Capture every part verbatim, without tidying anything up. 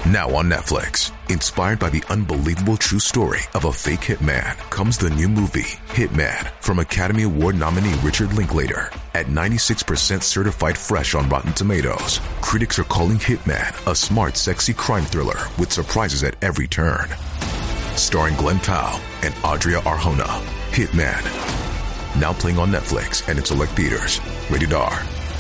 Now on Netflix, inspired by the unbelievable true story of a fake hitman, comes the new movie, Hitman, from Academy Award nominee Richard Linklater. At ninety-six percent certified fresh on Rotten Tomatoes, critics are calling Hitman a smart, sexy crime thriller with surprises at every turn. Starring Glenn Powell and Adria Arjona, Hitman. Now playing on Netflix and in select theaters. Rated R.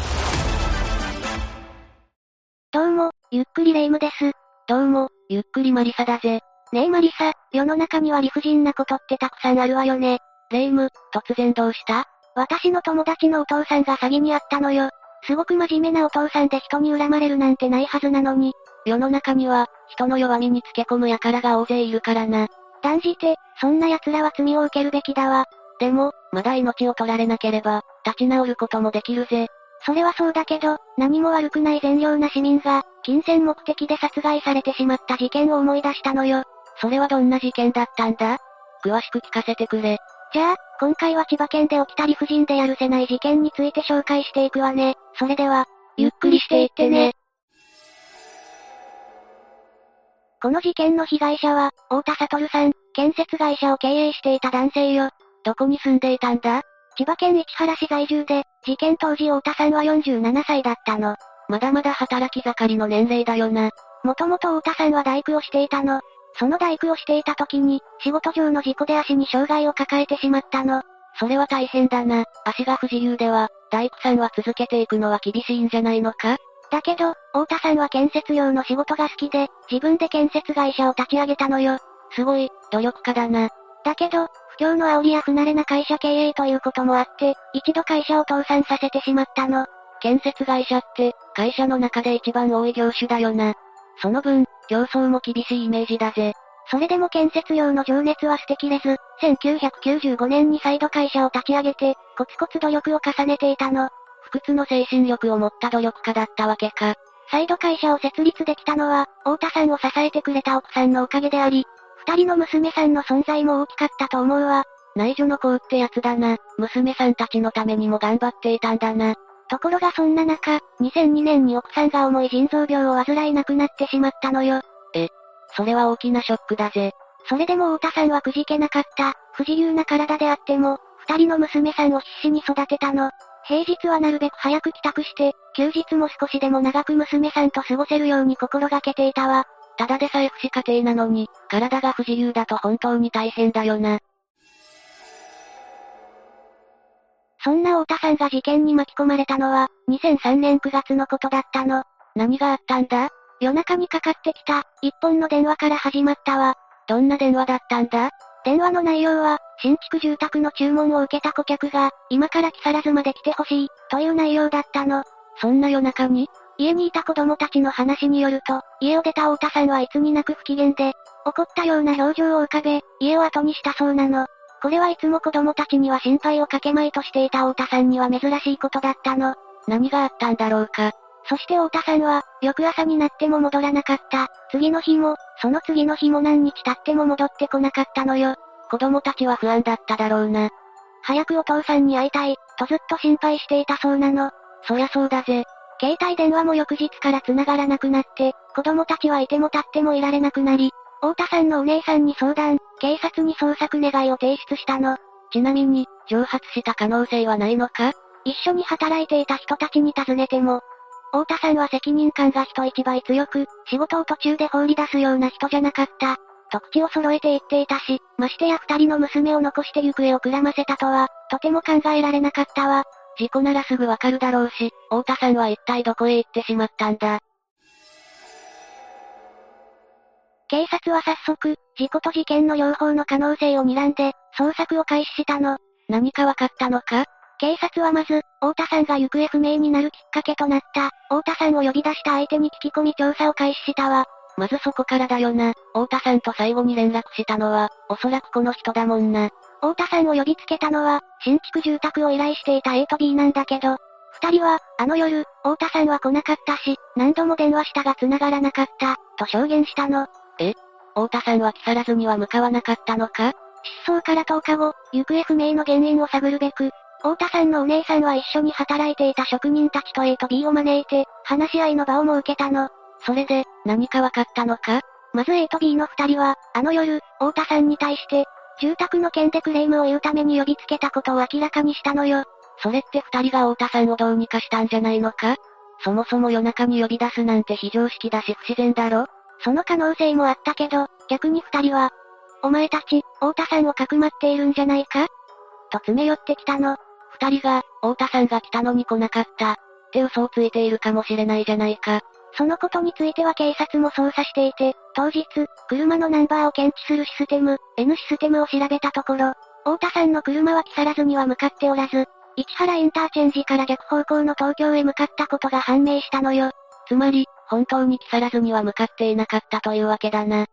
どうも、ゆっくりレ夢ムです。 どうも、ゆっくりマリサだぜ。 ねえマリサ、世の中には理不尽なことってたくさんあるわよね。 レ夢ム、突然どうした？ 私の友達のお父さんが詐欺にあったのよ。すごく真面目なお父さんで人に恨まれるなんてないはずなのに。 世の中には、人の弱みにつけ込む輩が大勢いるからな。 断じて、そんな奴らは罪を受けるべきだわ。 でも、まだ命を取られなければ、立ち直ることもできるぜ。 それはそうだけど、何も悪くない善良な市民が、金銭目的で殺害されてしまった事件を思い出したのよ。 それはどんな事件だったんだ？詳しく聞かせてくれ。 じゃあ、今回は千葉県で起きた理不尽でやるせない事件について紹介していくわね。それでは、 ゆっくりしていってね。 この事件の被害者は、太田悟さん、建設会社を経営していた男性よ。 どこに住んでいたんだ？ 千葉県市原市在住で、事件当時太田さんはよんじゅうななさいだったの。 まだまだ働き盛りの年齢だよな。 もともと太田さんは大工をしていたの。その大工をしていた時に、仕事上の事故で足に障害を抱えてしまったの。 それは大変だな。足が不自由では、大工さんは続けていくのは厳しいんじゃないのか？ だけど、太田さんは建設業の仕事が好きで、自分で建設会社を立ち上げたのよ。 すごい、努力家だな。 だけど、不況の煽りや不慣れな会社経営ということもあって、一度会社を倒産させてしまったの。 建設会社って、会社の中で一番多い業種だよな。その分、競争も厳しいイメージだぜ。 それでも建設業の情熱は捨てきれず、せんきゅうひゃくきゅうじゅうごねんに再度会社を立ち上げて、コツコツ努力を重ねていたの。 不屈の精神力を持った努力家だったわけか。 再度会社を設立できたのは、太田さんを支えてくれた奥さんのおかげであり、二人の娘さんの存在も大きかったと思うわ。 内助の功ってやつだな。娘さんたちのためにも頑張っていたんだな。 ところがそんな中、にせんにねんに奥さんが重い腎臓病を患い亡くなってしまったのよ。 え、それは大きなショックだぜ。 それでも太田さんはくじけなかった。不自由な体であっても、二人の娘さんを必死に育てたの。平日はなるべく早く帰宅して、休日も少しでも長く娘さんと過ごせるように心がけていたわ。 ただでさえ不死家庭なのに、体が不自由だと本当に大変だよな。 そんな太田さんが事件に巻き込まれたのは、にせんさんねんくがつのことだったの。 何があったんだ？ 夜中にかかってきた、一本の電話から始まったわ。 どんな電話だったんだ？ 電話の内容は、新築住宅の注文を受けた顧客が、今から木更津まで来てほしい、という内容だったの。 そんな夜中に？ 家にいた子供たちの話によると、家を出た太田さんはいつになく不機嫌で、怒ったような表情を浮かべ、家を後にしたそうなの。これはいつも子供たちには心配をかけまいとしていた太田さんには珍しいことだったの。 何があったんだろうか。 そして太田さんは、翌朝になっても戻らなかった。次の日も、その次の日も何日経っても戻ってこなかったのよ。 子供たちは不安だっただろうな。 早くお父さんに会いたい、とずっと心配していたそうなの。 そりゃそうだぜ。 携帯電話も翌日から繋がらなくなって、子供たちはいても立ってもいられなくなり、太田さんのお姉さんに相談、警察に捜索願いを提出したの。 ちなみに、蒸発した可能性はないのか？ 一緒に働いていた人たちに尋ねても、太田さんは責任感が人一倍強く、仕事を途中で放り出すような人じゃなかった。と口を揃えて言っていたし、ましてや二人の娘を残して行方をくらませたとは、とても考えられなかったわ。 事故ならすぐわかるだろうし、太田さんは一体どこへ行ってしまったんだ？ 警察は早速、事故と事件の両方の可能性を睨んで、捜索を開始したの。 何かわかったのか？ 警察はまず、太田さんが行方不明になるきっかけとなった、太田さんを呼び出した相手に聞き込み調査を開始したわ。 まずそこからだよな。太田さんと最後に連絡したのは、おそらくこの人だもんな。 太田さんを呼びつけたのは、新築住宅を依頼していた A と B なんだけど、二人は、あの夜、太田さんは来なかったし、何度も電話したが繋がらなかった、と証言したの。 え？太田さんは木更津には向かわなかったのか？ 失踪からとおかご、行方不明の原因を探るべく、太田さんのお姉さんは一緒に働いていた職人たちと A と B を招いて、話し合いの場を設けたの。 それで、何かわかったのか？ まず A と B の二人は、あの夜、太田さんに対して、住宅の件でクレームを言うために呼びつけたことを明らかにしたのよ。 それって二人が太田さんをどうにかしたんじゃないのか？そもそも夜中に呼び出すなんて非常識だし不自然だろ？ その可能性もあったけど、逆に二人は、お前たち、太田さんをかくまっているんじゃないかと詰め寄ってきたの。 二人が、太田さんが来たのに来なかった、って嘘をついているかもしれないじゃないか。 そのことについては警察も捜査していて、当日、車のナンバーを検知するシステム、N システムを調べたところ、太田さんの車は木更津には向かっておらず、市原インターチェンジから逆方向の東京へ向かったことが判明したのよ。 つまり、本当に木更津には向かっていなかったというわけだな。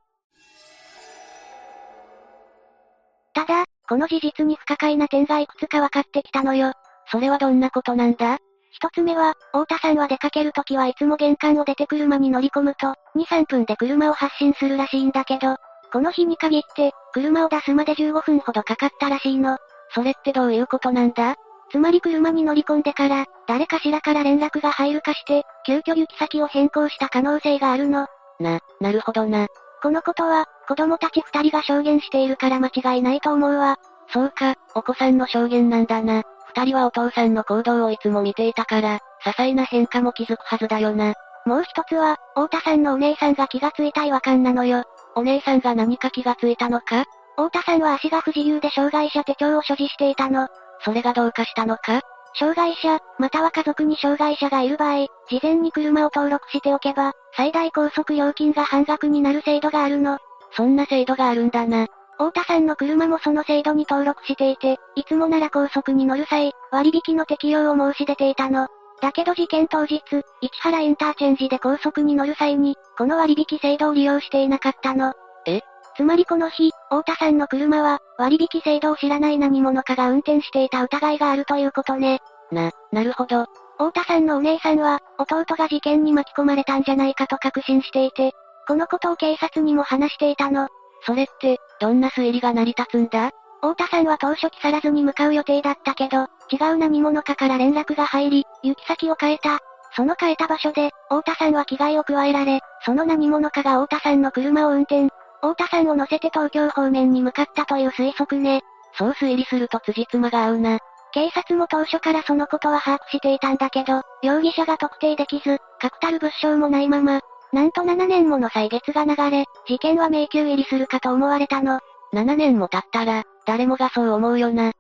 ただ、この事実に不可解な点がいくつか分かってきたのよ。 それはどんなことなんだ？ 一つ目は、太田さんは出かけるときはいつも玄関を出て車に乗り込むと、に、さんぷんで車を発進するらしいんだけど、この日に限って、車を出すまでじゅうごふんほどかかったらしいの。 それってどういうことなんだ？ つまり車に乗り込んでから、誰かしらから連絡が入るかして、急遽行き先を変更した可能性があるの。 な、なるほどな。 このことは、子供たち二人が証言しているから間違いないと思うわ。 そうか、お子さんの証言なんだな。二人はお父さんの行動をいつも見ていたから、些細な変化も気づくはずだよな。 もう一つは、太田さんのお姉さんが気がついた違和感なのよ。 お姉さんが何か気がついたのか？ 太田さんは足が不自由で障害者手帳を所持していたの。 それがどうかしたのか？ 障害者、または家族に障害者がいる場合、事前に車を登録しておけば、最大高速料金が半額になる制度があるの。 そんな制度があるんだな。 太田さんの車もその制度に登録していて、いつもなら高速に乗る際、割引の適用を申し出ていたの。だけど事件当日、市原インターチェンジで高速に乗る際に、この割引制度を利用していなかったの。 え？ つまりこの日、太田さんの車は、割引制度を知らない何者かが運転していた疑いがあるということね。 な、なるほど。 太田さんのお姉さんは、弟が事件に巻き込まれたんじゃないかと確信していて、このことを警察にも話していたの。 それって、どんな推理が成り立つんだ？ 太田さんは当初木更津に向かう予定だったけど、違う何者かから連絡が入り、行き先を変えた。その変えた場所で、太田さんは危害を加えられ、その何者かが太田さんの車を運転、太田さんを乗せて東京方面に向かったという推測ね。 そう推理すると辻褄が合うな。 警察も当初からそのことは把握していたんだけど、容疑者が特定できず、確たる物証もないまま、なんとななねんもの歳月が流れ、事件は迷宮入りするかと思われたの。 ななねんも経ったら、誰もがそう思うよな。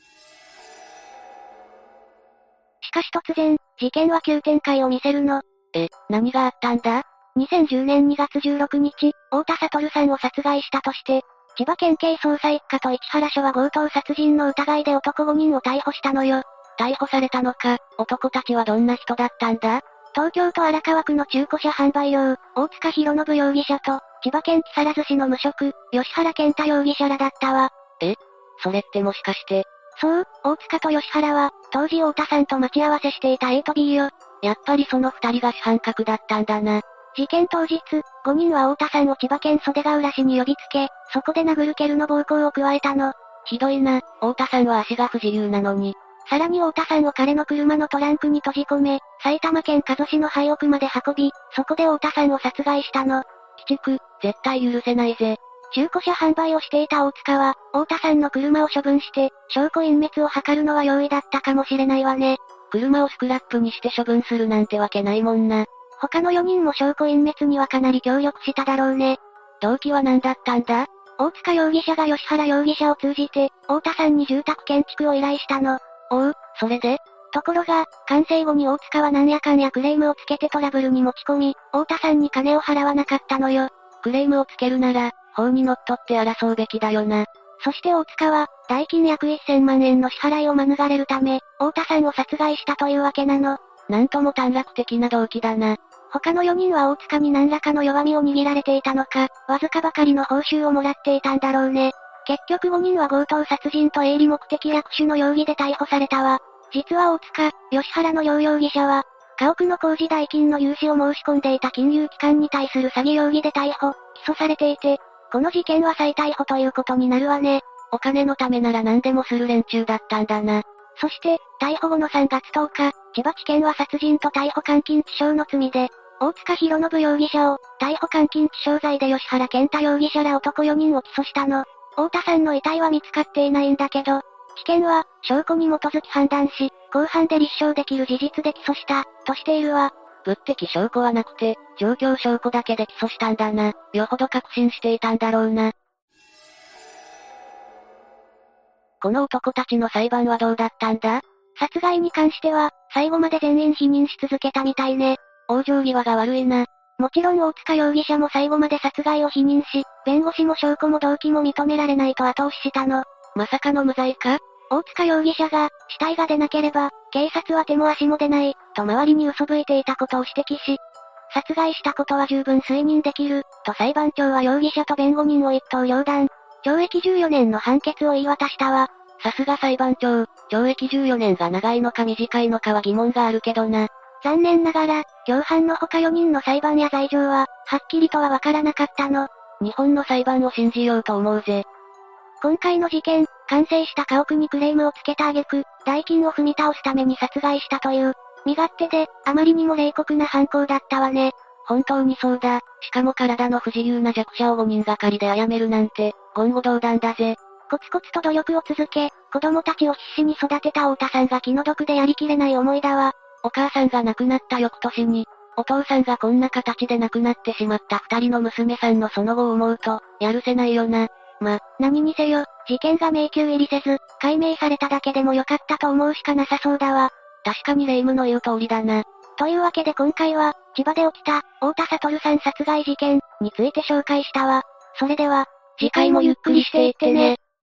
しかし突然、事件は急展開を見せるの。 え、何があったんだ？ にせんじゅうねんにがつじゅうろくにち、太田悟さんを殺害したとして、千葉県警捜査一課と市原署は強盗殺人の疑いで男ごにんを逮捕したのよ。 逮捕されたのか、男たちはどんな人だったんだ？ 東京都荒川区の中古車販売業、大塚博信容疑者と、千葉県木更津市の無職、吉原健太容疑者らだったわ。 え？それってもしかして。 そう、大塚と吉原は、当時太田さんと待ち合わせしていた A と B よ。 やっぱりその二人が主犯格だったんだな。 事件当日、ごにんは太田さんを千葉県袖ヶ浦市に呼びつけ、そこで殴る蹴るの暴行を加えたの。 ひどいな、太田さんは足が不自由なのに。 さらに太田さんを彼の車のトランクに閉じ込め、埼玉県加須市の廃屋まで運び、そこで太田さんを殺害したの。 鬼畜、絶対許せないぜ。 中古車販売をしていた大塚は、太田さんの車を処分して、証拠隠滅を図るのは容易だったかもしれないわね。 車をスクラップにして処分するなんてわけないもんな。 他のよにんも証拠隠滅にはかなり協力しただろうね。 動機は何だったんだ？ 大塚容疑者が吉原容疑者を通じて、太田さんに住宅建築を依頼したの。 おう、それで？ ところが、完成後に大塚はなんやかんやクレームをつけてトラブルに持ち込み、太田さんに金を払わなかったのよ。 クレームをつけるなら、法にのっとって争うべきだよな。 そして大塚は、代金約せんまんえんの支払いを免れるため、太田さんを殺害したというわけなの。 なんとも短絡的な動機だな。 他のよにんは大塚に何らかの弱みを握られていたのか、わずかばかりの報酬をもらっていたんだろうね。結局ごにんは強盗殺人と営利目的略取の容疑で逮捕されたわ。実は大塚、吉原の両容疑者は、家屋の工事代金の融資を申し込んでいた金融機関に対する詐欺容疑で逮捕、起訴されていて、この事件は再逮捕ということになるわね。 お金のためなら何でもする連中だったんだな。 そして、逮捕後のさんがつとおか、千葉地検は殺人と逮捕監禁致傷の罪で、 大塚博信容疑者を、逮捕監禁致傷罪で吉原健太容疑者ら男よにんを起訴したの。太田さんの遺体は見つかっていないんだけど、地検は、証拠に基づき判断し、公判で立証できる事実で起訴した、としているわ。 物的証拠はなくて、状況証拠だけで起訴したんだな。よほど確信していたんだろうな。この男たちの裁判はどうだったんだ？ 殺害に関しては、最後まで全員否認し続けたみたいね。 往生際が悪いな。 もちろん大塚容疑者も最後まで殺害を否認し、弁護士も証拠も動機も認められないと後押ししたの。 まさかの無罪か？ 大塚容疑者が、死体が出なければ、警察は手も足も出ない、と周りに嘘吹いていたことを指摘し、殺害したことは十分推認できる、と裁判長は容疑者と弁護人を一刀両断。懲役じゅうよねんの判決を言い渡したわ。 さすが裁判長、懲役じゅうよねんが長いのか短いのかは疑問があるけどな。 残念ながら、共犯の他よにんの裁判や罪状は、はっきりとはわからなかったの。 日本の裁判を信じようと思うぜ。 今回の事件、完成した家屋にクレームをつけた挙句、代金を踏み倒すために殺害したという、身勝手で、あまりにも冷酷な犯行だったわね。 本当にそうだ。しかも体の不自由な弱者をごにんがかりで殺めるなんて、言語道断だぜ。 コツコツと努力を続け、子供たちを必死に育てた太田さんが気の毒でやりきれない思いだわ。 お母さんが亡くなった翌年に、お父さんがこんな形で亡くなってしまった二人の娘さんのその後を思うと、やるせないよな。 ま、何にせよ、事件が迷宮入りせず、解明されただけでもよかったと思うしかなさそうだわ。 確かに霊夢の言う通りだな。 というわけで今回は、千葉で起きた、太田悟さん殺害事件、について紹介したわ。それでは、 次回もゆっくりしていってね。